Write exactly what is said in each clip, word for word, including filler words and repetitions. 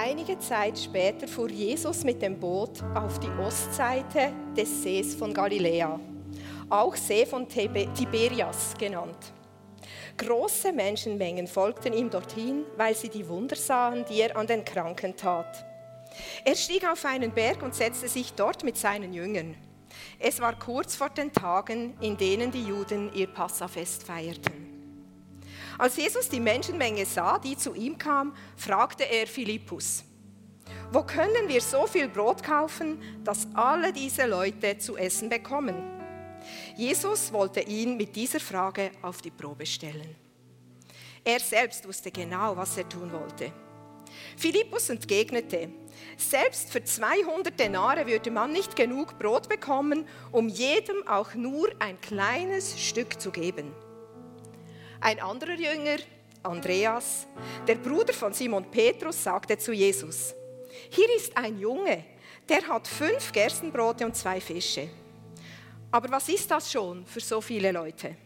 Einige Zeit später fuhr Jesus mit dem Boot auf die Ostseite des Sees von Galiläa, auch See von Tiberias genannt. Große Menschenmengen folgten ihm dorthin, weil sie die Wunder sahen, die er an den Kranken tat. Er stieg auf einen Berg und setzte sich dort mit seinen Jüngern. Es war kurz vor den Tagen, in denen die Juden ihr Passafest feierten. Als Jesus die Menschenmenge sah, die zu ihm kam, fragte er Philippus: Wo können wir so viel Brot kaufen, dass alle diese Leute zu essen bekommen? Jesus wollte ihn mit dieser Frage auf die Probe stellen. Er selbst wusste genau, was er tun wollte. Philippus entgegnete: Selbst für zweihundert Denare würde man nicht genug Brot bekommen, um jedem auch nur ein kleines Stück zu geben. Ein anderer Jünger, Andreas, der Bruder von Simon Petrus, sagte zu Jesus: Hier ist ein Junge, der hat fünf Gerstenbrote und zwei Fische. Aber was ist das schon für so viele Leute?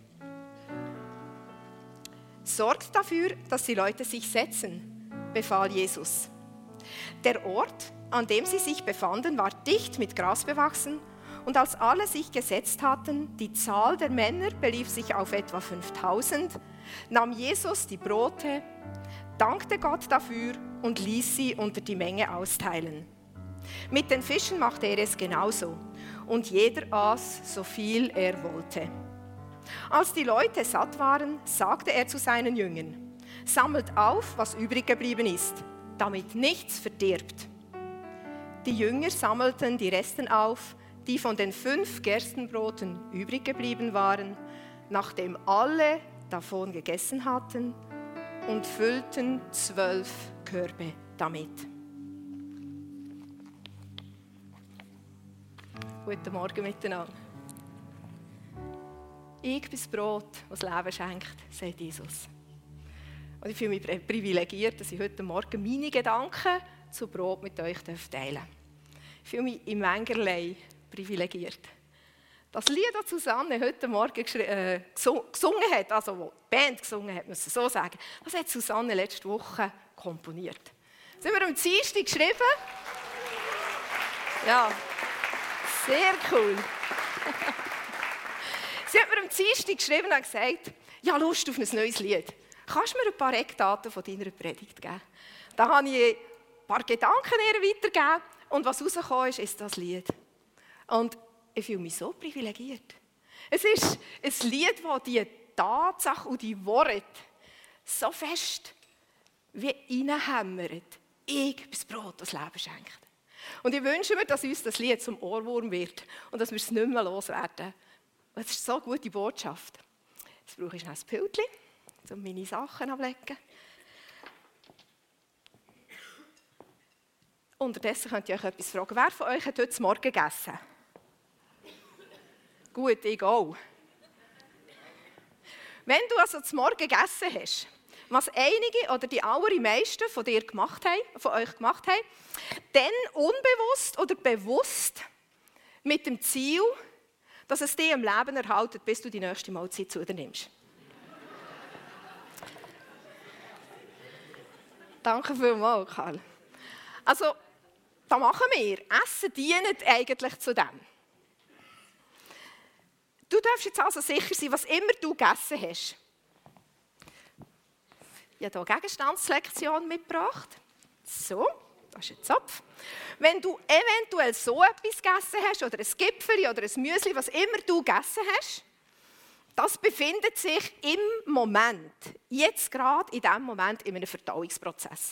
Sorgt dafür, dass die Leute sich setzen, befahl Jesus. Der Ort, an dem sie sich befanden, war dicht mit Gras bewachsen, und als alle sich gesetzt hatten, die Zahl der Männer belief sich auf etwa fünftausend, nahm Jesus die Brote, dankte Gott dafür und ließ sie unter die Menge austeilen. Mit den Fischen machte er es genauso, und jeder aß, so viel er wollte. Als die Leute satt waren, sagte er zu seinen Jüngern: Sammelt auf, was übrig geblieben ist, damit nichts verdirbt. Die Jünger sammelten die Resten auf, die von den fünf Gerstenbroten übrig geblieben waren, nachdem alle davon gegessen hatten, und füllten zwölf Körbe damit. Guten Morgen miteinander. Ich bin das Brot, das Leben schenkt, sagt Jesus. Und ich fühle mich privilegiert, dass ich heute Morgen meine Gedanken zu Brot mit euch teilen darf. Ich fühle mich in mancherlei privilegiert. Das Lied, das Susanne heute Morgen äh, gesungen hat, also wo die Band gesungen hat, muss ich so sagen, das hat Susanne letzte Woche komponiert. Das haben wir am Dienstag geschrieben. Ja, sehr cool. Sie hat mir am Dienstag geschrieben und gesagt: Ja, Lust auf ein neues Lied. Kannst du mir ein paar Eckdaten von deiner Predigt geben? Da habe ich ein paar Gedanken ihr weitergegeben und was rausgekommen ist, ist das Lied. Und ich fühle mich so privilegiert. Es ist ein Lied, das die Tatsache und die Worte so fest wie reinhämmert. Ich bin das Brot, das Leben schenkt. Und ich wünsche mir, dass uns das Lied zum Ohrwurm wird und dass wir es nicht mehr loswerden. Und es ist so eine gute Botschaft. Jetzt brauche ich schnell ein Pültchen, um meine Sachen abzulegen. Unterdessen könnt ihr euch etwas fragen. Wer von euch hat heute Morgen gegessen? Gut, ich auch. Wenn du also zum Morgen gegessen hast, was einige oder die allermeisten von dir gemacht haben, von euch gemacht haben, dann unbewusst oder bewusst mit dem Ziel, dass es dich im Leben erhält, bis du die nächste Mahlzeit zu dir nimmst. Danke vielmals, Karl. Also, da machen wir. Essen dient eigentlich zu dem. Du darfst jetzt also sicher sein, was immer du gegessen hast. Ich habe hier eine Gegenstandslektion mitgebracht. So, das ist ein Zopf. Wenn du eventuell so etwas gegessen hast, oder ein Gipfeli oder ein Müsli, was immer du gegessen hast, das befindet sich im Moment, jetzt gerade in diesem Moment, in einem Verdauungsprozess.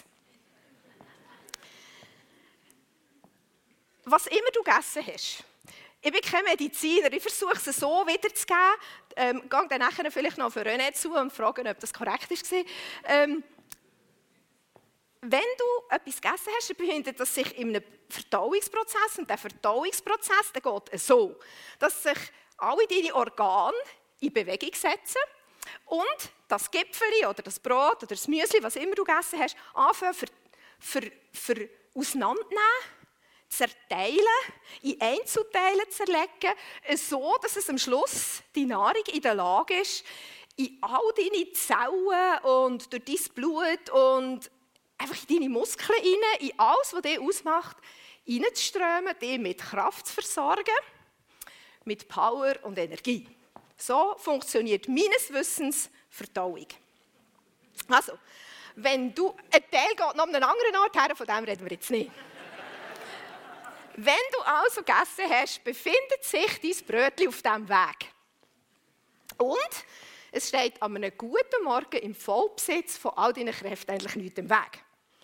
Was immer du gegessen hast. Ich bin kein Mediziner, ich versuche es so wiederzugeben. Ähm, ich gehe dann nachher vielleicht noch für René zu und frage, ob das korrekt war. Ähm, wenn du etwas gegessen hast, dann befindet das sich in einem Verdauungsprozess. Und der Verdauungsprozess der geht so, dass sich alle deine Organe in Bewegung setzen und das Gipfeli oder das Brot oder das Müsli, was immer du gegessen hast, anfangen für, für, für auseinandernehmen, zerteilen, in Einzelteile zerlegen, so dass es am Schluss die Nahrung in der Lage ist, in all deine Zellen und durch dein Blut und einfach in deine Muskeln rein, in alles, was dich ausmacht, reinzuströmen, dich mit Kraft zu versorgen, mit Power und Energie. So funktioniert meines Wissens Verdauung. Also, wenn du, ein Teil geht noch an einen anderen Ort her, von dem reden wir jetzt nicht. Wenn du also gegessen hast, befindet sich dein Brötchen auf diesem Weg. Und es steht an einem guten Morgen im Vollbesitz von all deinen Kräften eigentlich nichts im Weg.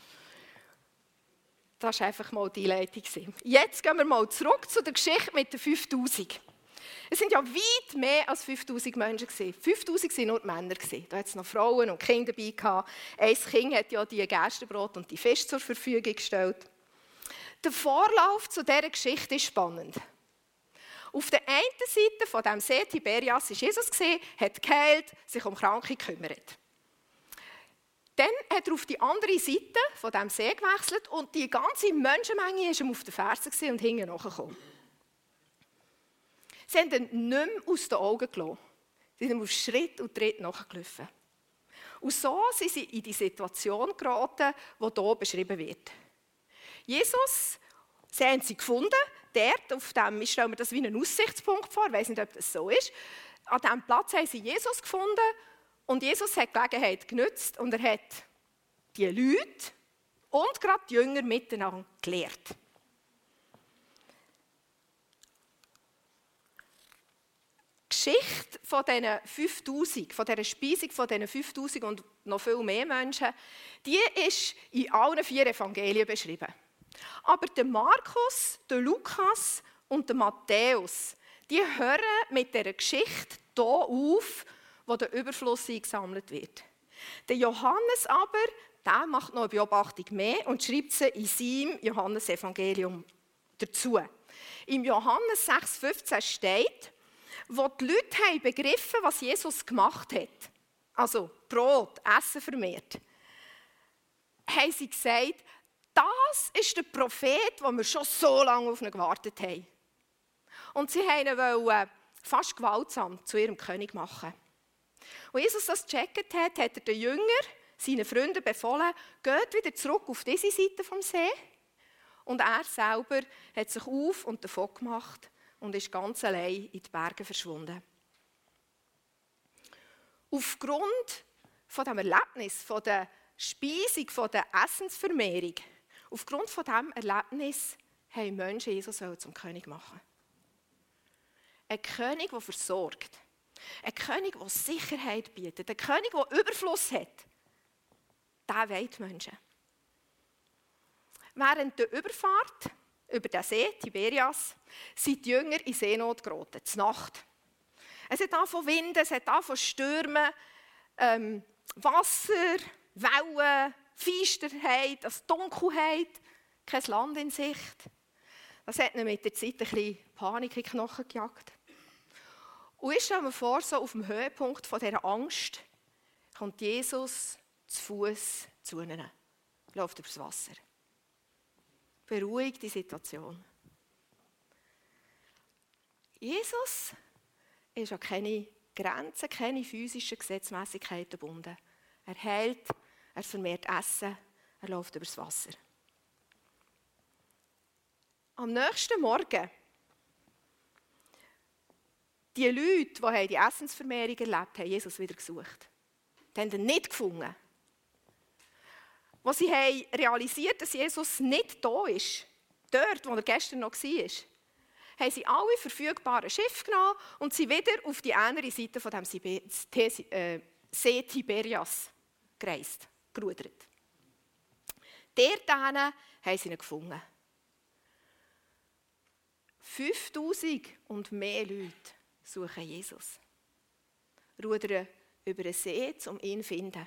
Das war einfach mal die Einleitung. Jetzt gehen wir mal zurück zu der Geschichte mit den fünftausend. Es waren ja weit mehr als fünftausend Menschen. fünftausend waren nur die Männer. Da hatte es noch Frauen und Kinder dabei. Ein Kind hat ja die Gerstenbrot und die Fische zur Verfügung gestellt. Der Vorlauf zu dieser Geschichte ist spannend. Auf der einen Seite von dem See Tiberias war Jesus, hat geheilt, sich um Kranke gekümmert. Dann hat er auf die andere Seite von dem See gewechselt und die ganze Menschenmenge war ihm auf den Fersen und hinten nachgekommen. Sie haben ihn nicht mehr aus den Augen gelassen. Sie sind ihm auf Schritt und Tritt nachgelaufen. Und so sind sie in die Situation geraten, die hier beschrieben wird. Jesus, sie haben sie gefunden, dort auf dem, ich stelle mir das wie einen Aussichtspunkt vor, ich weiss nicht, ob das so ist. An diesem Platz haben sie Jesus gefunden und Jesus hat die Gelegenheit genutzt und er hat die Leute und gerade die Jünger miteinander gelehrt. Die Geschichte von diesen fünftausend, von dieser Speisung von diesen fünftausend und noch viel mehr Menschen, die ist in allen vier Evangelien beschrieben. Aber der Markus, der Lukas und der Matthäus, die hören mit dieser Geschichte hier auf, wo der Überfluss eingesammelt wird. Der Johannes aber, der macht noch eine Beobachtung mehr und schreibt sie in seinem Johannesevangelium dazu. Im Johannes sechs fünfzehn steht, wo die Leute haben begriffen, was Jesus gemacht hat, also Brot, Essen vermehrt, haben sie gesagt, das ist der Prophet, den wir schon so lange auf ihn gewartet haben. Und sie wollten ihn fast gewaltsam zu ihrem König machen. Als Jesus das gecheckt hat, hat er den Jüngern, seinen Freunden befohlen, geht wieder zurück auf diese Seite vom See. Und er selber hat sich auf und davon gemacht und ist ganz allein in die Berge verschwunden. Aufgrund von dem Erlebnis, von der Speisung, von der Essensvermehrung, aufgrund von diesem Erlebnis haben Menschen Jesus zum König machen. Ein König, der versorgt. Ein König, der Sicherheit bietet. Ein König, der Überfluss hat. Der will die Menschen. Während der Überfahrt über den See Tiberias sind die Jünger in Seenot geraten, zur Nacht. Es hat angefangen Wind, es hat angefangen Stürme, ähm, Wasser, Wellen, Feisterheit, also Dunkelheit, kein Land in Sicht. Das hat ihnen mit der Zeit ein bisschen Panik in die Knochen gejagt. Und ich stelle mir vor, so auf dem Höhepunkt von dieser Angst kommt Jesus zu Fuß zu ihnen, läuft übers Wasser. Beruhigt die Situation. Jesus ist an keine Grenzen, keine physischen Gesetzmäßigkeiten gebunden. Er heilt, er vermehrt Essen, er läuft übers Wasser. Am nächsten Morgen, die Leute, die die Essensvermehrung erlebt haben, haben Jesus wieder gesucht. Die haben ihn nicht gefunden. Als sie haben realisiert, dass Jesus nicht da ist, dort, wo er gestern noch war, haben sie alle verfügbaren Schiffe genommen und sind wieder auf die andere Seite von dem See Tiberias gereist, gerudert. Dort haben sie ihn gefunden. fünftausend und mehr Leute suchen Jesus. Rudern über den See, um ihn zu finden.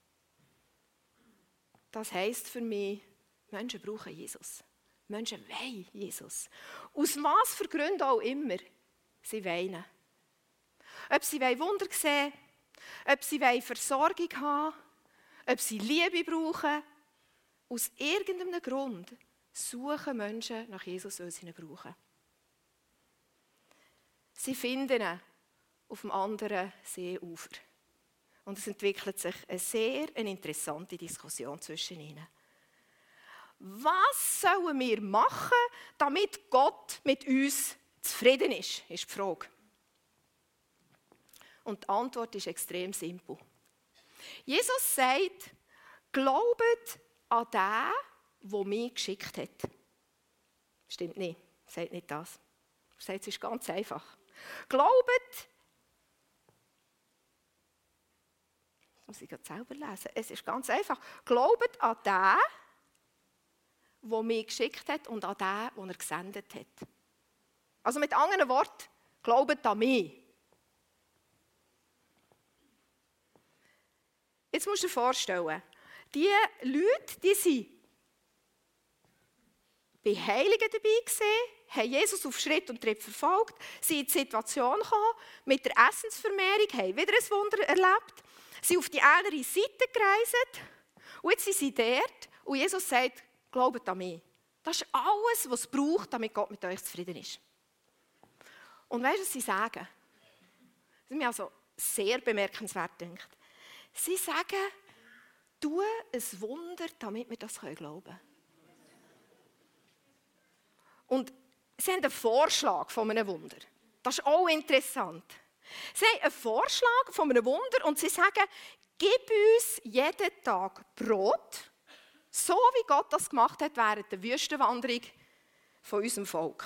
Das heisst für mich, Menschen brauchen Jesus. Menschen wollen Jesus. Aus was für Gründen auch immer, sie weinen. Ob sie Wunder sehen, ob sie Versorgung haben, ob sie Liebe brauchen. Aus irgendeinem Grund suchen Menschen nach Jesus, weil sie ihn brauchen. Sie finden ihn auf dem anderen Seeufer. Und es entwickelt sich eine sehr eine interessante Diskussion zwischen ihnen. Was sollen wir machen, damit Gott mit uns zufrieden ist, ist die Frage. Und die Antwort ist extrem simpel. Jesus sagt, glaubet an den, der mich geschickt hat. Stimmt nicht, er sagt nicht das. Er sagt, es ist ganz einfach. Glaubet, das muss ich gerade selber lesen, es ist ganz einfach. Glaubet an den, der mich geschickt hat und an den, den er gesendet hat. Also mit anderen Worten, glaubet an mich. Jetzt musst du dir vorstellen, die Leute, die sind bei Heiligen dabei gewesen, haben Jesus auf Schritt und Tritt verfolgt, sind in die Situation gekommen, mit der Essensvermehrung, haben wieder ein Wunder erlebt, sind auf die andere Seite gereist und jetzt sind sie dort und Jesus sagt, glaubt an mich. Das ist alles, was es braucht, damit Gott mit euch zufrieden ist. Und weißt du, was sie sagen? Das ist mir also sehr bemerkenswert gedacht. Sie sagen, tu ein Wunder, damit wir das glauben können. Und sie haben einen Vorschlag von einem Wunder. Das ist auch interessant. Sie haben einen Vorschlag von einem Wunder und sie sagen, gib uns jeden Tag Brot, so wie Gott das gemacht hat während der Wüstenwanderung von unserem Volk.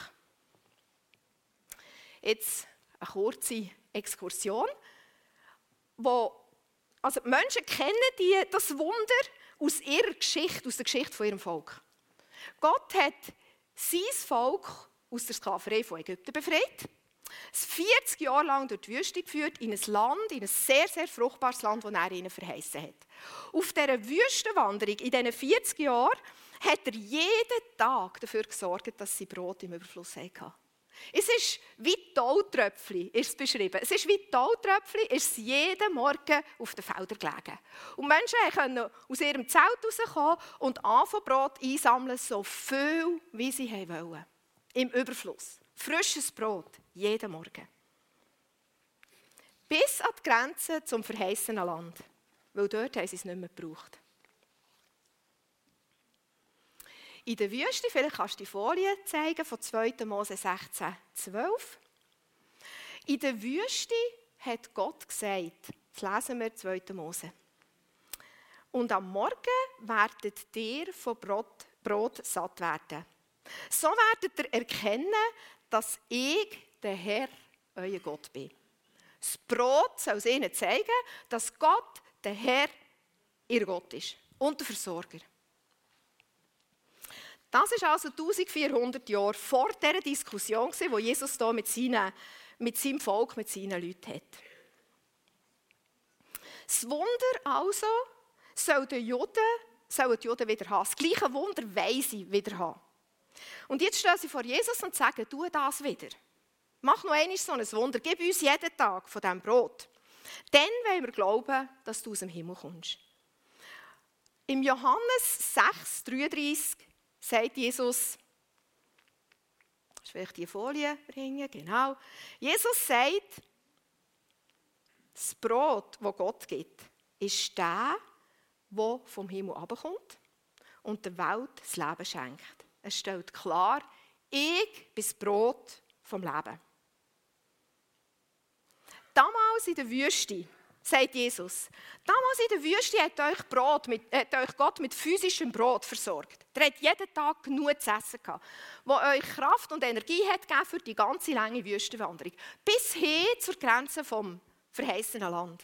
Jetzt eine kurze Exkursion, wo also die Menschen kennen die, das Wunder aus ihrer Geschichte, aus der Geschichte von ihrem Volk. Gott hat sein Volk aus der Sklaverei von Ägypten befreit, es vierzig Jahre lang durch die Wüste geführt, in ein Land, in ein sehr, sehr fruchtbares Land, das er ihnen verheißen hat. Auf dieser Wüstenwanderung, in diesen vierzig Jahren, hat er jeden Tag dafür gesorgt, dass sie Brot im Überfluss hatten. Es ist wie Tautröpfchen, ist es beschrieben. Es ist wie Tautröpfchen, ist es jeden Morgen auf den Feldern gelegen. Und Menschen konnten aus ihrem Zelt rauskommen und anfangen Brot einsammeln, so viel, wie sie wollen. Im Überfluss. Frisches Brot, jeden Morgen. Bis an die Grenze zum verheißenen Land. Weil dort haben sie es nicht mehr gebraucht. In der Wüste, vielleicht kannst du die Folie zeigen, von zweiter Mose sechzehn, zwölf. In der Wüste hat Gott gesagt, das lesen wir zweiter Mose. Und am Morgen werdet ihr von Brot, Brot satt werden. So werdet ihr erkennen, dass ich, der Herr, euer Gott bin. Das Brot soll es ihnen zeigen, dass Gott, der Herr, ihr Gott ist und der Versorger. Das ist also eintausendvierhundert Jahre vor dieser Diskussion, die Jesus hier mit, seinen, mit seinem Volk, mit seinen Leuten hat. Das Wunder also soll die Juden, sollen die Juden wieder haben. Das gleiche Wunder wollen sie wieder haben. Und jetzt stehen sie vor Jesus und sagen, tu das wieder. Mach noch einmal so ein Wunder. Gib uns jeden Tag von diesem Brot. Dann wollen wir glauben, dass du aus dem Himmel kommst. Im Johannes sechs, dreiunddreißig sagt Jesus, ich will die Folie bringen, genau. Jesus sagt, das Brot, das Gott gibt, ist der, der vom Himmel herabkommt und der Welt das Leben schenkt. Es stellt klar, ich bin das Brot vom Leben. Damals in der Wüste, sagt Jesus, damals in der Wüste hat euch, Brot mit, hat euch Gott mit physischem Brot versorgt. Er hat jeden Tag genug zu essen gehabt, das euch Kraft und Energie hat gegeben für die ganze lange Wüstenwanderung. Bis hin zur Grenze vom verheißenen Land.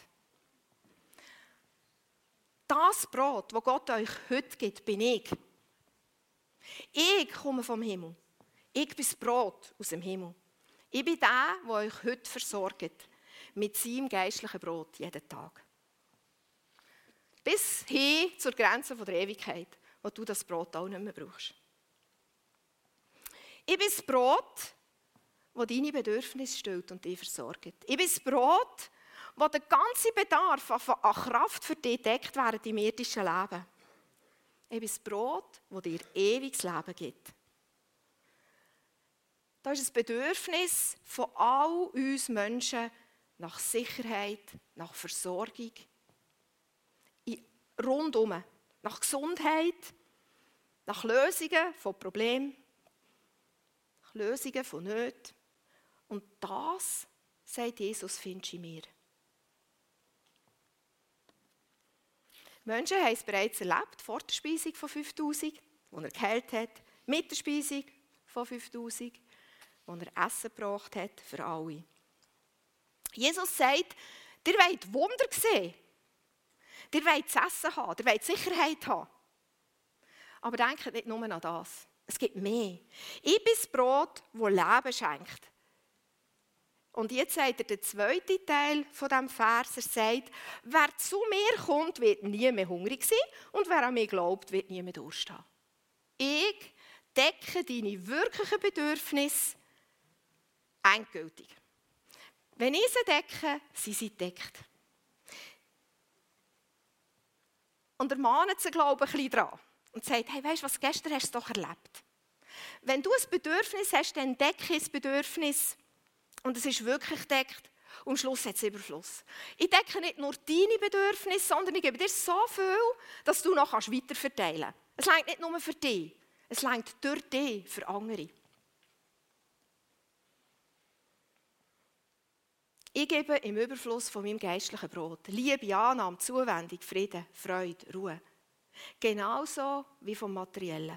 Das Brot, das Gott euch heute gibt, bin ich. Ich komme vom Himmel. Ich bin das Brot aus dem Himmel. Ich bin der, der euch heute versorgt. Mit seinem geistlichen Brot jeden Tag. Bis hin zur Grenze der Ewigkeit, wo du das Brot auch nicht mehr brauchst. Ich bin das Brot, das deine Bedürfnisse stillt und dich versorgt. Ich bin das Brot, das den ganzen Bedarf an Kraft für dich deckt während deinem irdischen Leben. Ich bin das Brot, das dir ewiges Leben gibt. Das ist ein Bedürfnis von all uns Menschen nach Sicherheit, nach Versorgung, rundum. Nach Gesundheit, nach Lösungen von Problemen, nach Lösungen von Nöten. Und das, sagt Jesus, findest du in mir. Menschen haben es bereits erlebt, vor der Speisung von fünftausend, wo er geheilt hat, mit der Speisung von fünftausend, wo er Essen gebracht hat für alle. Jesus sagt, ihr wollt Wunder sehen. Ihr wollt zu essen haben, ihr wollt Sicherheit haben. Aber denkt nicht nur an das. Es gibt mehr. Ich bin das Brot, das Leben schenkt. Und jetzt sagt er den zweiten Teil von diesem Vers. Er sagt, wer zu mir kommt, wird nie mehr hungrig sein. Und wer an mich glaubt, wird nie mehr Durst haben. Ich decke deine wirklichen Bedürfnisse endgültig. Wenn ich sie decke, sind sie deckt. Und er mahnt sie, glaube ich, ein bisschen dran. Und sagt, hey, weisst du was, gestern hast du es doch erlebt. Wenn du ein Bedürfnis hast, dann decke ich das Bedürfnis. Und es ist wirklich gedeckt. Und am Schluss hat es Überfluss. Ich decke nicht nur deine Bedürfnisse, sondern ich gebe dir so viel, dass du noch weiterverteilen kannst. Es reicht nicht nur für dich, es reicht durch dich für andere. Ich gebe im Überfluss von meinem geistlichen Brot Liebe, Annahme, Zuwendung, Frieden, Freude, Ruhe. Genauso wie vom Materiellen.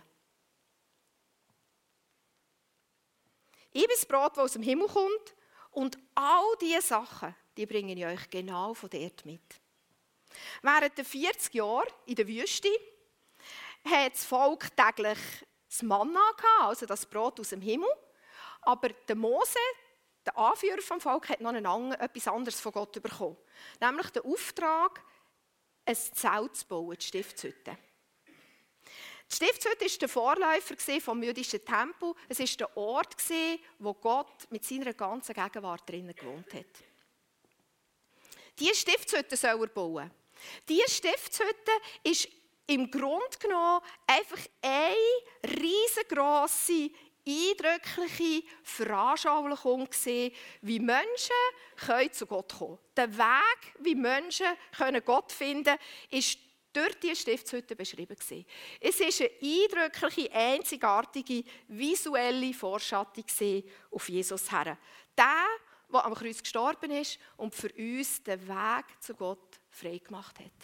Ich bin das Brot, das aus dem Himmel kommt, und all diese Sachen, die bringe ich euch genau von dort mit. Während der vierzig Jahre in der Wüste hat das Volk täglich das Manna gehabt, also das Brot aus dem Himmel. Aber der Mose, der Anführer des Volkes, hat noch einen, etwas anderes von Gott bekommen. Nämlich den Auftrag, ein Zelt zu bauen, die Stiftshütte. Die Stiftshütte war der Vorläufer vom jüdischen Tempel. Es war der Ort, wo Gott mit seiner ganzen Gegenwart drinnen gewohnt hat. Diese Stiftshütte soll er bauen. Diese Stiftshütte ist im Grunde genommen einfach eine riesengroße, eindrückliche Veranschaulichung gesehen, wie Menschen können zu Gott kommen können. Der Weg, wie Menschen können Gott finden können, ist durch diese Stiftshütte beschrieben gewesen. Es war eine eindrückliche, einzigartige, visuelle Vorschattung auf Jesus her. Der, der am Kreuz gestorben ist und für uns den Weg zu Gott freigemacht hat.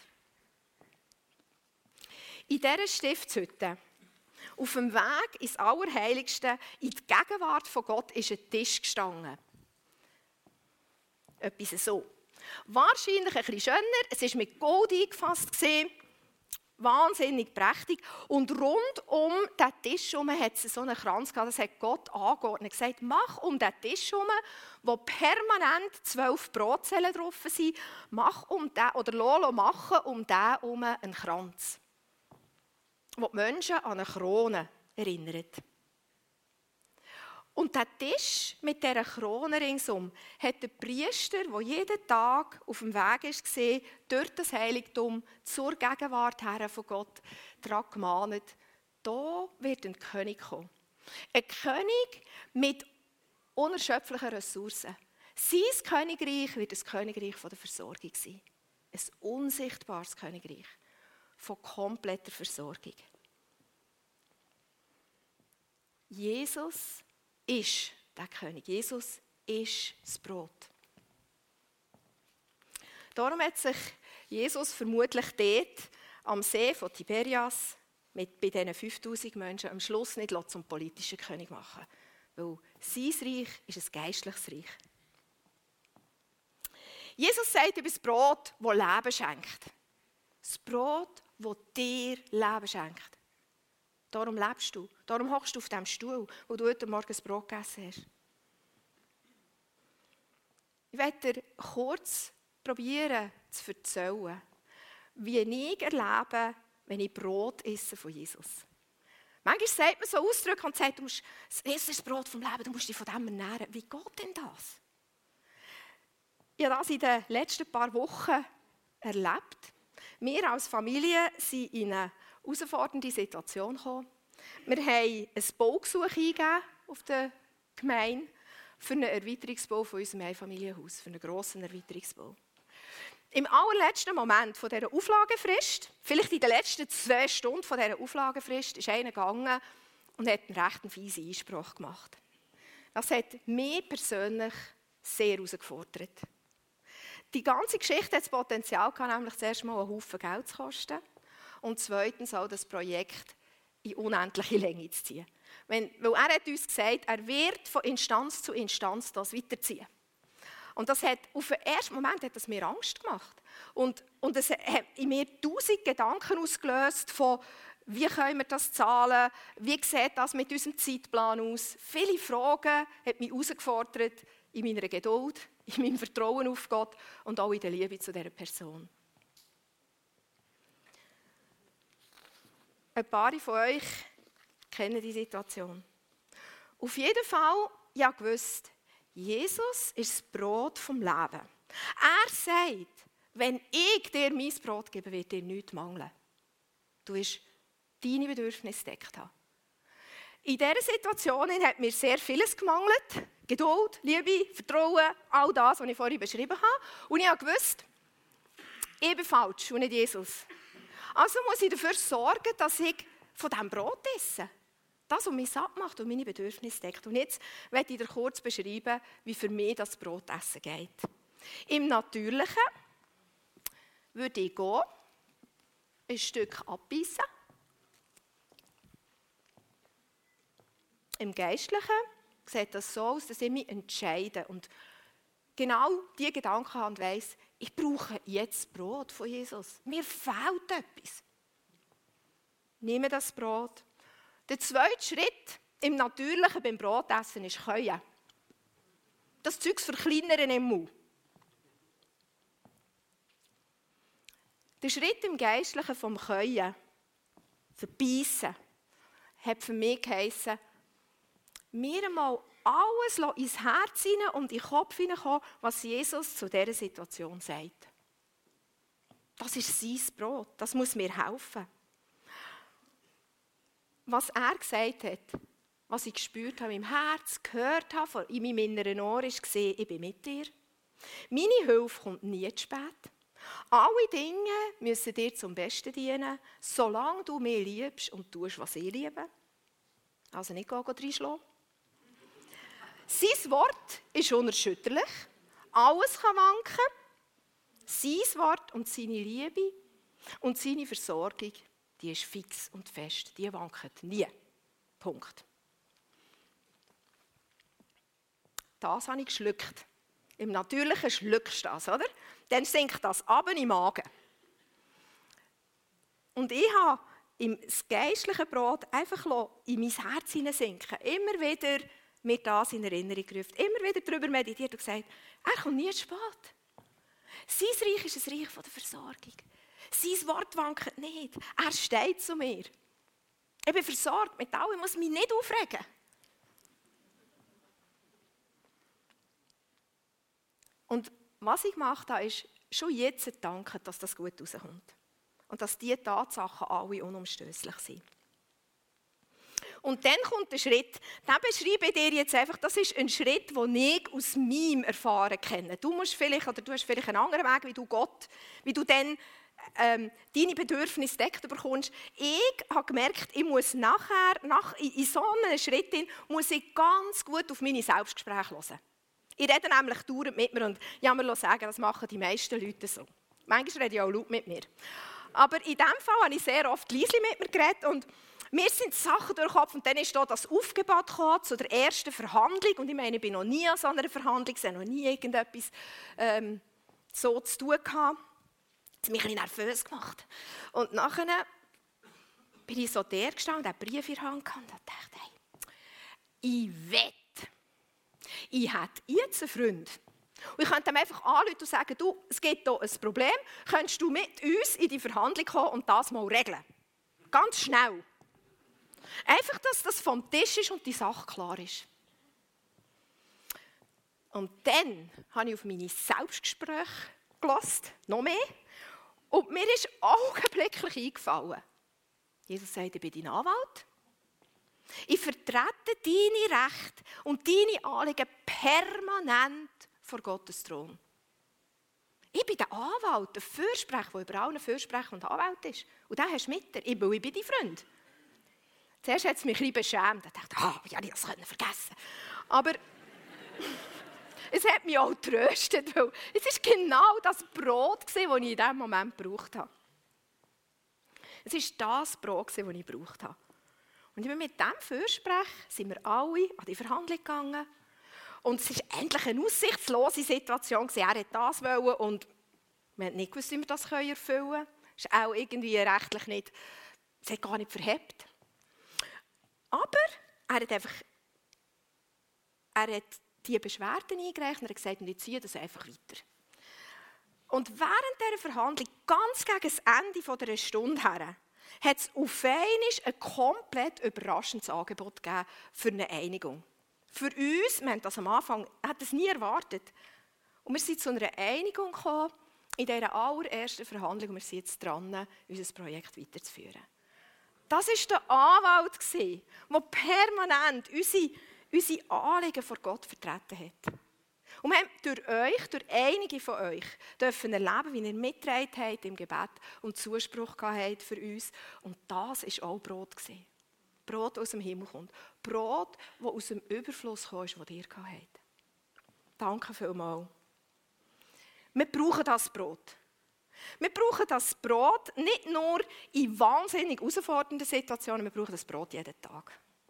In dieser Stiftshütte, auf dem Weg ins Allerheiligste, in die Gegenwart von Gott, ist ein Tisch gestanden. Etwas so. Wahrscheinlich ein bisschen schöner, es war mit Gold eingefasst, wahnsinnig prächtig. Und rund um diesen Tisch herum hat es so einen Kranz gehabt, das hat Gott angeordnet. Er hat gesagt, mach um diesen Tisch herum, wo permanent zwölf Brotzellen drauf sind, mach um den, oder Lolo machen um den herum einen Kranz, wo die Menschen an eine Krone erinnert. Und der Tisch mit dieser Krone ringsum hat der Priester, der jeden Tag auf dem Weg war, durch das Heiligtum zur Gegenwart her von Gott daran gemahnt, da wird ein König kommen. Ein König mit unerschöpflichen Ressourcen. Sein Königreich wird ein Königreich von der Versorgung sein. Ein unsichtbares Königreich von kompletter Versorgung. Jesus ist der König. Jesus ist das Brot. Darum hat sich Jesus vermutlich dort am See von Tiberias mit bei diesen fünftausend Menschen am Schluss nicht zum politischen König machen. Weil sein Reich ist ein geistliches Reich. Jesus sagt über das Brot, das Leben schenkt. Das Brot, das dir Leben schenkt. Darum lebst du. Darum hockst du auf dem Stuhl, wo du heute Morgen das Brot gegessen hast. Ich werde dir kurz probieren zu erzählen, wie ich erlebe, wenn ich Brot esse von Jesus. Manchmal sagt man so Ausdrücke und sagt, du musst, das ist das Brot vom Leben, du musst dich von dem ernähren. Wie geht denn das? Ich habe das in den letzten paar Wochen erlebt. Wir als Familie sind in eine herausfordernde Situation gekommen. Wir haben ein Baugesuch eingegeben auf der Gemeinde für einen Erweiterungsbau von unserem Einfamilienhaus, für einen grossen Erweiterungsbau. im allerletzten Moment von dieser Auflagefrist, vielleicht in den letzten zwei Stunden von dieser Auflagefrist, ist einer gegangen und hat einen recht fiesen Einspruch gemacht. Das hat mich persönlich sehr herausgefordert. Die ganze Geschichte hat das Potenzial gehabt, nämlich zuerst mal einen Haufen Geld zu kosten und zweitens auch das Projekt in unendliche Länge zu ziehen. Wenn, weil er hat uns gesagt, er wird von Instanz zu Instanz das weiterziehen. Und das hat, auf den ersten Moment hat das mir Angst gemacht. Und, und es hat in mir tausend Gedanken ausgelöst von, wie können wir das zahlen, wie sieht das mit unserem Zeitplan aus. Viele Fragen haben mich herausgefordert in meiner Geduld, in meinem Vertrauen auf Gott und auch in der Liebe zu dieser Person. Ein paar von euch kennen die Situation. Auf jeden Fall, ja gewusst, Jesus ist das Brot vom Leben. Er sagt, wenn ich dir mein Brot gebe, wird dir nichts mangeln. Du wirst deine Bedürfnisse gedeckt haben. In dieser Situation hat mir sehr vieles gemangelt. Geduld, Liebe, Vertrauen, all das, was ich vorhin beschrieben habe. Und ich habe gewusst, ich bin falsch und nicht Jesus. Also muss ich dafür sorgen, dass ich von diesem Brot esse. Das, was mich satt macht und meine Bedürfnisse deckt. Und jetzt möchte ich dir kurz beschreiben, wie für mich das Brotessen geht. Im Natürlichen würde ich gehen, ein Stück abbeissen. Im Geistlichen sieht das so aus, dass ich mich entscheide und genau diese Gedanken habe und weiss, ich brauche jetzt Brot von Jesus. Mir fehlt etwas. Nehme das Brot. Der zweite Schritt im Natürlichen beim Brotessen ist Käuen. Das Zeug verkleinern im Mund. Der Schritt im Geistlichen vom Käuen, verbeissen, hat für mich geheissen, mir einmal alles ins Herz hinein und in den Kopf hineinkommen, was Jesus zu dieser Situation sagt. Das ist sein Brot, das muss mir helfen. Was er gesagt hat, was ich gespürt habe in meinem Herz, gehört habe, in meinem inneren Ohr, ist gesehen, ich bin mit dir. Meine Hilfe kommt nie zu spät. Alle Dinge müssen dir zum Besten dienen, solange du mich liebst und tust, was ich liebe. Also nicht reinschlagen. Sein Wort ist unerschütterlich. Alles kann wanken. Sein Wort und seine Liebe und seine Versorgung, die ist fix und fest. Die wankt nie. Punkt. Das habe ich geschluckt. Im Natürlichen schluckst du das, oder? Dann sinkt das ab in den Magen. Und ich habe im geistlichen Brot einfach in mein Herz hineinsinken. Immer wieder mir das in Erinnerung gerufen. Immer wieder darüber meditiert und gesagt, er kommt nie zu spät. Sein Reich ist ein Reich der Versorgung. Sein Wort wankt nicht. Er steht zu mir. Ich bin versorgt mit allem, ich muss mich nicht aufregen. Und was ich gemacht habe, ist schon jetzt zu danken, dass das gut rauskommt. Und dass diese Tatsachen alle unumstößlich sind. Und dann kommt der Schritt, den beschreibe ich dir jetzt einfach, das ist ein Schritt, den ich aus meinem Erfahren kenne. Du musst vielleicht, oder du hast vielleicht einen anderen Weg, wie du Gott, wie du dann ähm, deine Bedürfnisse deckt bekommst. Ich habe gemerkt, ich muss nachher, nach, in, in so einem Schritt, muss ich ganz gut auf meine Selbstgespräche hören. Ich rede nämlich dauernd mit mir und ja, mir sagen, das machen die meisten Leute so. Manchmal rede ich auch laut mit mir. Aber in diesem Fall habe ich sehr oft leise mit mir geredet und mir sind Sachen durch den Kopf und dann ist da das Aufgebot gekommen zu der ersten Verhandlung und ich meine, ich bin noch nie an so einer Verhandlung, ich habe noch nie irgendetwas ähm, so zu tun gehabt. Das hat mich ein bisschen nervös gemacht. Und nachher bin ich so der gestanden, der Brief in der Hand gehabt und dachte, hey, ich wette, ich hätte jetzt einen Freund. Und ich könnte ihm einfach anrufen und sagen, du, es gibt hier ein Problem, könntest du mit uns in die Verhandlung kommen und das mal regeln? Ganz schnell. Einfach, dass das vom Tisch ist und die Sache klar ist. Und dann habe ich auf meine Selbstgespräche gehört, noch mehr. Und mir ist augenblicklich eingefallen. Jesus sagt, ich bin dein Anwalt. Ich vertrete deine Rechte und deine Anliegen permanent vor Gottes Thron. Ich bin der Anwalt, der Fürsprecher, der über allen Fürsprecher und Anwalt ist. Und den hast du mit dir, weil ich bin dein Freund. Zuerst hat es mich ein bisschen beschämt. Ich dachte, ah, ja, ich konnte das vergessen. Aber es hat mich auch getröstet, weil es war genau das Brot, das ich in diesem Moment gebraucht habe. Es war das Brot, das ich gebraucht habe. Und mit diesem Fürsprecher sind wir alle an die Verhandlung gegangen. Und es war endlich eine aussichtslose Situation. Er wollte das wollen und wir haben nicht gewusst, wie wir das erfüllen können. Es ist auch irgendwie rechtlich nicht, es hat gar nicht verhebt. Aber er hat einfach er hat die Beschwerden eingereicht und er hat gesagt, und ich ziehe das einfach weiter. Und während dieser Verhandlung, ganz gegen das Ende dieser Stunde her, hat es auf einmal ein komplett überraschendes Angebot gegeben für eine Einigung. Für uns, wir haben das am Anfang, hat das nie erwartet. Und wir sind zu einer Einigung gekommen, in dieser allerersten Verhandlung, und wir sind jetzt dran, unser Projekt weiterzuführen. Das war der Anwalt, der permanent unsere, unsere Anliegen vor Gott vertreten hat. Und wir haben durch euch, durch einige von euch, dürfen erleben, wie ihr mitgetragen habt im Gebet und Zuspruch habt für uns. Und das war auch Brot. Brot, das aus dem Himmel kommt. Brot, das aus dem Überfluss kam, das ihr hattet. Danke vielmals. Wir brauchen das Brot. Wir brauchen das Brot nicht nur in wahnsinnig herausfordernden Situationen, wir brauchen das Brot jeden Tag.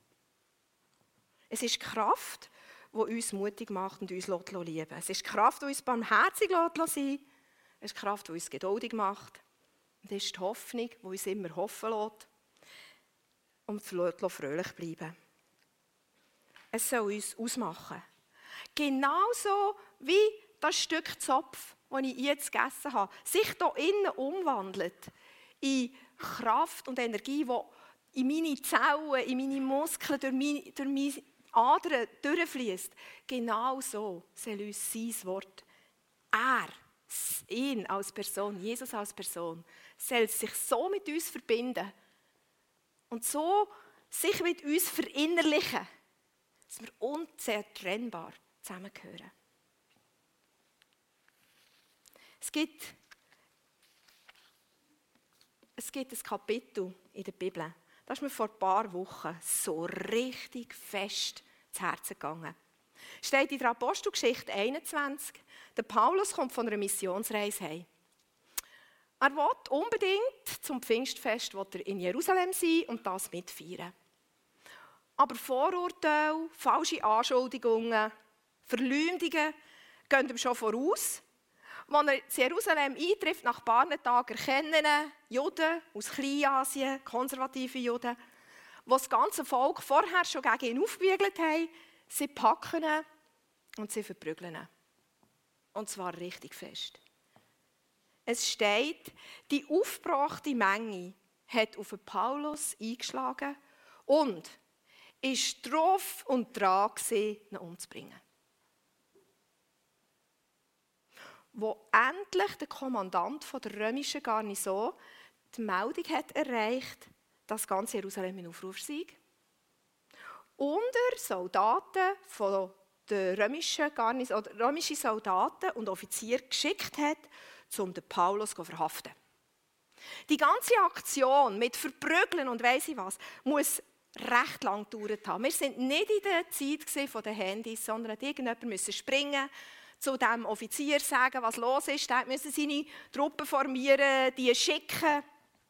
Es ist Kraft, die uns mutig macht und uns lieben lässt. Es ist Kraft, die uns barmherzig sein lässt. Es ist Kraft, die uns geduldig macht. Und es ist die Hoffnung, die uns immer hoffen lässt und fröhlich bleiben. Es soll uns ausmachen. Genauso wie das Stück Zopf, das ich jetzt gegessen habe, sich hier innen umwandelt in Kraft und Energie, die in meine Zellen, in meine Muskeln, durch meine, durch meine Adern durchfließt. Genau so soll uns sein Wort, er, ihn als Person, Jesus als Person, soll sich so mit uns verbinden und so sich mit uns verinnerlichen, dass wir unzertrennbar zusammengehören. Es gibt, es gibt ein Kapitel in der Bibel, das ist mir vor ein paar Wochen so richtig fest zu Herzen gegangen. Es steht in der Apostelgeschichte einundzwanzig, der Paulus kommt von einer Missionsreise heim. Er will unbedingt zum Pfingstfest will er in Jerusalem sein und das mitfeiern. Aber Vorurteile, falsche Anschuldigungen, Verleumdungen gehen ihm schon voraus. Als er in Jerusalem eintrifft, nach ein paar Tagen erkennen Juden aus Kleinasien, konservative Juden, die das ganze Volk vorher schon gegen ihn aufgewiegelt haben, sie packen ihn und sie verprügeln ihn. Und zwar richtig fest. Es steht, die aufgebrachte Menge hat auf Paulus eingeschlagen und ist drauf und dran gewesen, ihn umzubringen. Wo endlich der Kommandant der römischen Garnison die Meldung hat erreicht, dass ganz Jerusalem in Aufruf sei. Unter Soldaten von der römischen Garnison, oder römische Soldaten und Offiziere geschickt hat, um den Paulus zu verhaften. Die ganze Aktion mit Verprügeln und weiss ich was, muss recht lang gedauert haben. Wir sind nicht in der Zeit der Handys, sondern hat irgendjemand müssen springen, zu dem Offizier sagen, was los ist. Der musste seine Truppen formieren, die schicken.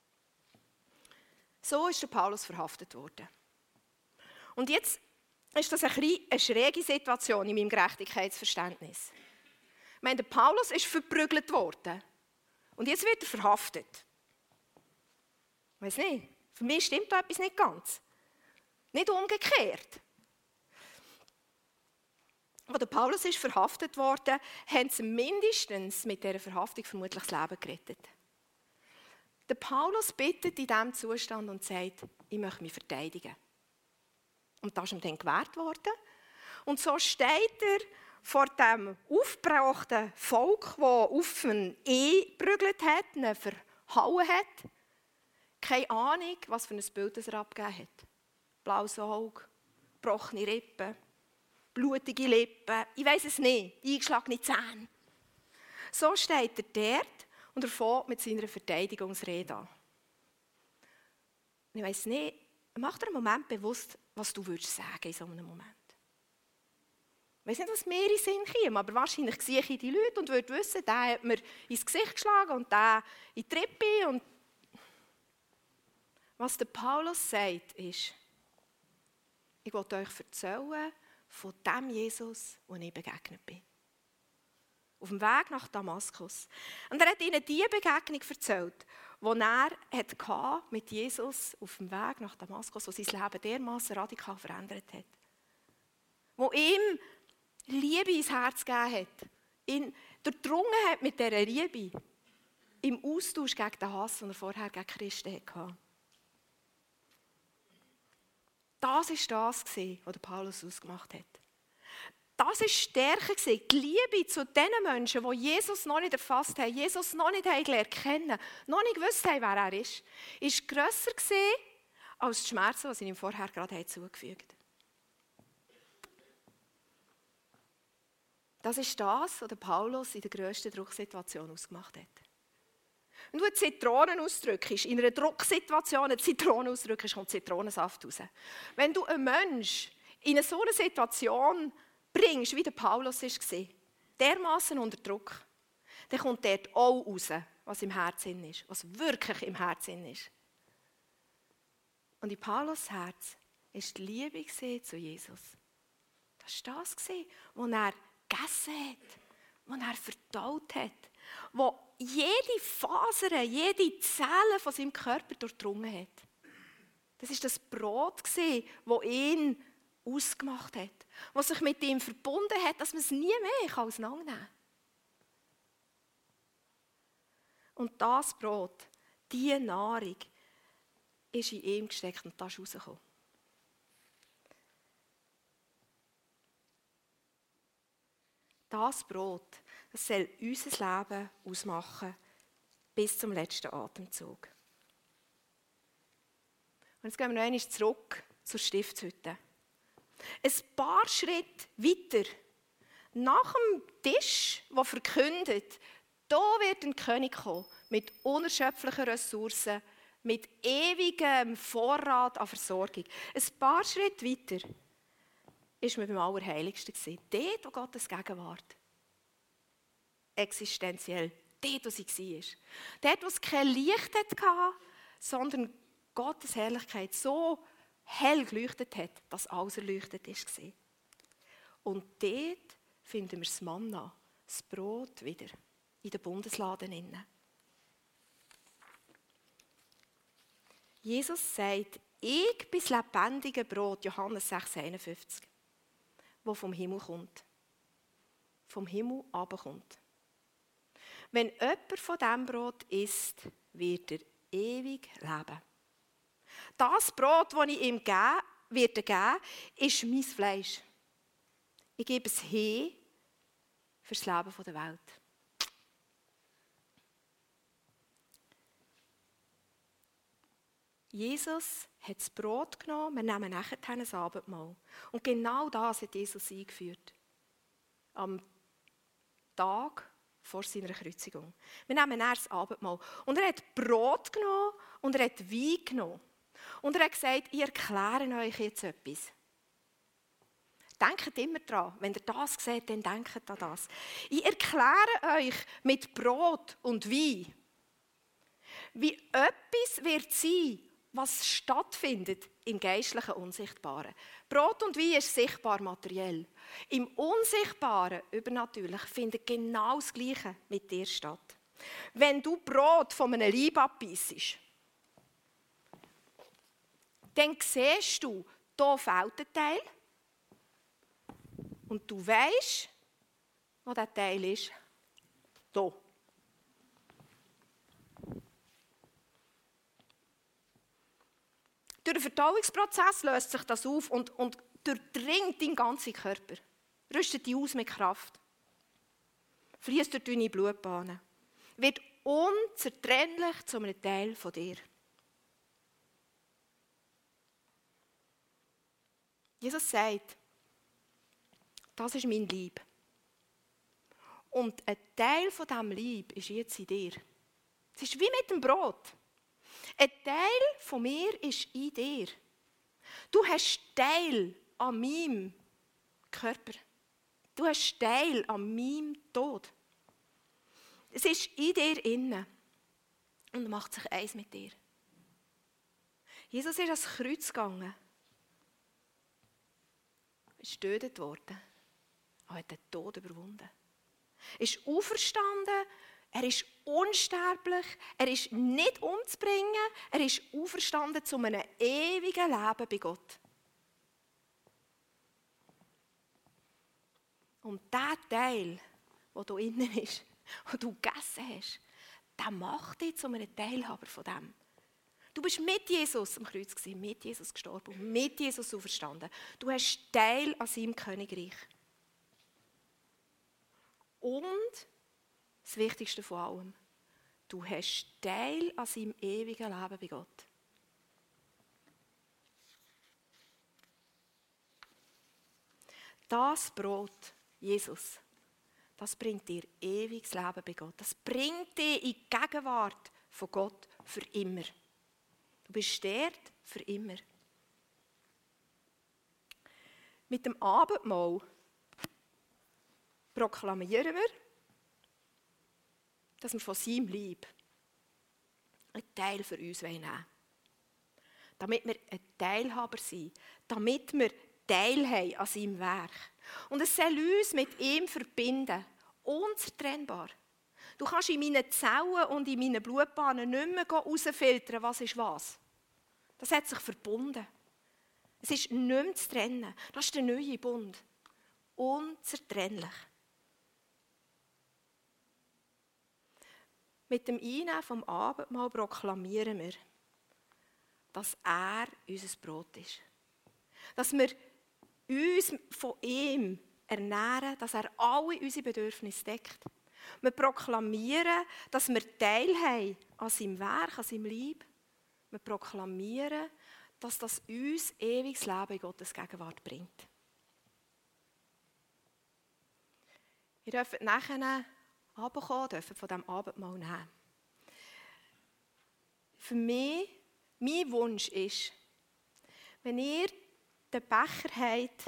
So ist der Paulus verhaftet worden. Und jetzt ist das ein bisschen eine schräge Situation in meinem Gerechtigkeitsverständnis. Ich meine, der Paulus ist verprügelt worden. Und jetzt wird er verhaftet. Ich weiss nicht, für mich stimmt da etwas nicht ganz. Nicht umgekehrt. Als der Paulus ist verhaftet wurde, haben sie mindestens mit dieser Verhaftung vermutlich das Leben gerettet. Der Paulus bittet in diesem Zustand und sagt, ich möchte mich verteidigen. Und das ist ihm dann gewährt worden. Und so steht er vor dem aufgebrachten Volk, das auf ihn eingeprügelt hat, ihn verhauen hat. Keine Ahnung, was für ein Bild er abgegeben hat. Blaues Auge, gebrochene Rippen, blutige Lippen, ich weiss es nicht, eingeschlagene Zähne. So steht er dort und er fängt mit seiner Verteidigungsrede an. Ich weiss nicht, mach dir einen Moment bewusst, was du würdest sagen in so einem Moment. Ich weiss nicht, was mir in den Sinn käme, aber wahrscheinlich sehe ich die Leute und würde wissen, der hat mir ins Gesicht geschlagen und der in die Treppe. Und was der Paulus sagt, ist, ich will euch erzählen von dem Jesus, dem ich begegnet bin. Auf dem Weg nach Damaskus. Und er hat ihnen die Begegnung erzählt, die er hatte mit Jesus auf dem Weg nach Damaskus, wo sein Leben dermaßen radikal verändert hat. Wo ihm Liebe ins Herz gegeben hat, ihn durchdrungen hat mit dieser Liebe, im Austausch gegen den Hass, den er vorher gegen Christen hatte. Das war das, was Paulus ausgemacht hat. Das war Stärke, die Liebe zu den Menschen, die Jesus noch nicht erfasst haben, Jesus noch nicht gelernt kennen, noch nicht gewusst haben, wer er ist, war grösser als die Schmerzen, die sie ihm vorher gerade zugefügt haben. Das ist das, was Paulus in der grössten Drucksituation ausgemacht hat. Wenn du Zitronen ausdrückst, in einer Drucksituation eine Zitrone ausdrückst, kommt Zitronensaft raus. Wenn du einen Menschen in eine so eine Situation bringst, wie der Paulus war, dermaßen unter Druck, dann kommt dort auch raus, was im Herzen ist, was wirklich im Herzen ist. Und in Paulus Herz war die Liebe zu Jesus. Das war das, was er gegessen hat, was er verdaut hat, wo jede Faser, jede Zelle von seinem Körper durchdrungen hat. Das war das Brot, das ihn ausgemacht hat, was sich mit ihm verbunden hat, dass man es nie mehr auseinandernehmen kann. Und das Brot, diese Nahrung, ist in ihm gesteckt und das ist rausgekommen. Das Brot, das soll unser Leben ausmachen, bis zum letzten Atemzug. Und jetzt gehen wir noch einmal zurück zur Stiftshütte. Ein paar Schritte weiter, nach dem Tisch, der verkündet, da wird ein König kommen, mit unerschöpflichen Ressourcen, mit ewigem Vorrat an Versorgung. Ein paar Schritte weiter war man beim Allerheiligsten. Dort, wo Gottes Gegenwart existenziell, dort, wo sie war. Dort, wo es kein Licht hatte, sondern Gottes Herrlichkeit so hell geleuchtet hat, dass alles erleuchtet war. Und dort finden wir das Manna, das Brot wieder, in den Bundesladen. Jesus sagt, ich bin das lebendige Brot, Johannes sechs einundfünfzig, das vom Himmel kommt. Vom Himmel herabkommt. Wenn jemand von diesem Brot isst, wird er ewig leben. Das Brot, das ich ihm geben werde, ist mein Fleisch. Ich gebe es hin für das Leben der Welt. Jesus hat das Brot genommen, wir nehmen nachher ein Abendmahl. Und genau das hat Jesus eingeführt. Am Tag vor seiner Kreuzigung. Wir nehmen erst das Abendmahl. Und er hat Brot genommen und er hat Wein genommen. Und er hat gesagt, ich erkläre euch jetzt etwas. Denkt immer daran, wenn ihr das seht, dann denkt an das. Ich erkläre euch mit Brot und Wein, wie etwas wird sein, was stattfindet im geistlichen Unsichtbaren. Brot und Wein ist sichtbar materiell. Im Unsichtbaren, übernatürlich, findet genau das Gleiche mit dir statt. Wenn du Brot von einem Leib abbeissest, dann siehst du, hier fehlt ein Teil. Und du weisst, wo dieser Teil ist. Hier. Durch den Verdauungsprozess löst sich das auf und, und durchdringt deinen ganzen Körper. Rüstet dich aus mit Kraft. Fließt durch deine Blutbahnen. Wird unzertrennlich zu einem Teil von dir. Jesus sagt, das ist mein Leib. Und ein Teil von diesem Leib ist jetzt in dir. Es ist wie mit dem Brot. Ein Teil von mir ist in dir. Du hast Teil an meinem Körper. Du hast Teil an meinem Tod. Es ist in dir innen und macht sich eins mit dir. Jesus ist ans Kreuz gegangen. Er ist getötet worden. Er hat den Tod überwunden. Er ist auferstanden. Er ist unsterblich. Er ist nicht umzubringen. Er ist auferstanden zu einem ewigen Leben bei Gott. Und der Teil, der da innen ist, den du gegessen hast, der macht dich zu einem Teilhaber von dem. Du bist mit Jesus am Kreuz gewesen, mit Jesus gestorben und mit Jesus auferstanden. Du hast Teil an seinem Königreich. Und das Wichtigste von allem, du hast Teil an seinem ewigen Leben bei Gott. Das Brot, Jesus, das bringt dir ewiges Leben bei Gott. Das bringt dich in die Gegenwart von Gott für immer. Du bist dort für immer. Mit dem Abendmahl proklamieren wir, dass wir von seinem Leib einen Teil für uns nehmen wollen. Damit wir ein Teilhaber sind, damit wir Teil haben an seinem Werk. Und es soll uns mit ihm verbinden, unzertrennbar. Du kannst in meinen Zellen und in meinen Blutbahnen nicht mehr herausfiltern, was ist was. Das hat sich verbunden. Es ist nicht mehr zu trennen. Das ist der neue Bund. Unzertrennlich. Mit dem Einnehmen vom Abendmahl proklamieren wir, dass er unser Brot ist. Dass wir uns von ihm ernähren, dass er alle unsere Bedürfnisse deckt. Wir proklamieren, dass wir Teil haben an seinem Werk, an seinem Leib. Wir proklamieren, dass das uns ewiges Leben in Gottes Gegenwart bringt. Ihr dürft nachher runterkommen, dürft von diesem Abendmahl nehmen. Für mich, mein Wunsch ist, wenn ihr den Becher habt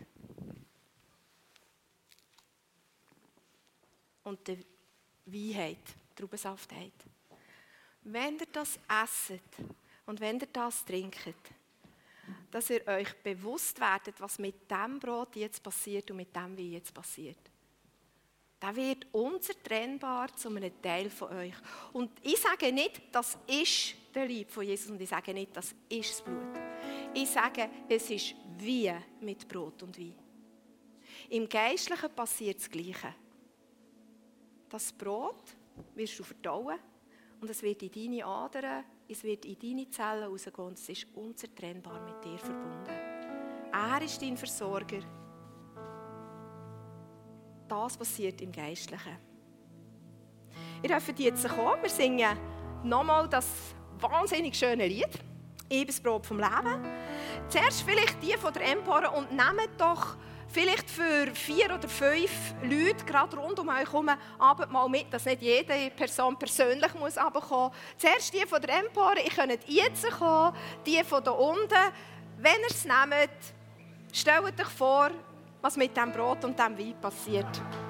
und den Wein habt, Traubensaft habt, wenn ihr das esset und wenn ihr das trinkt, dass ihr euch bewusst werdet, was mit dem Brot jetzt passiert und mit dem Wein jetzt passiert. Der wird unzertrennbar zu einem Teil von euch. Und ich sage nicht, das ist der Leib von Jesus und ich sage nicht, das ist das Blut. Ich sage, es ist wie mit Brot und Wein. Im Geistlichen passiert das Gleiche. Das Brot wirst du verdauen und es wird in deine Adern, es wird in deine Zellen rausgehen und es ist unzertrennbar mit dir verbunden. Er ist dein Versorger. Das passiert im Geistlichen. Ihr dürft jetzt kommen, wir singen nochmal das wahnsinnig schöne Lied, Ebensbrot vom Leben. Zuerst vielleicht die von der Empore und nehmt doch vielleicht für vier oder fünf Leute gerade rund um euch herum Abendmahl mit, dass nicht jede Person persönlich muss runterkommen. Zuerst die von der Empore, ihr könnt jetzt kommen, die von da unten. Wenn ihr es nehmt, stellt euch vor, was mit diesem Brot und diesem Wein passiert.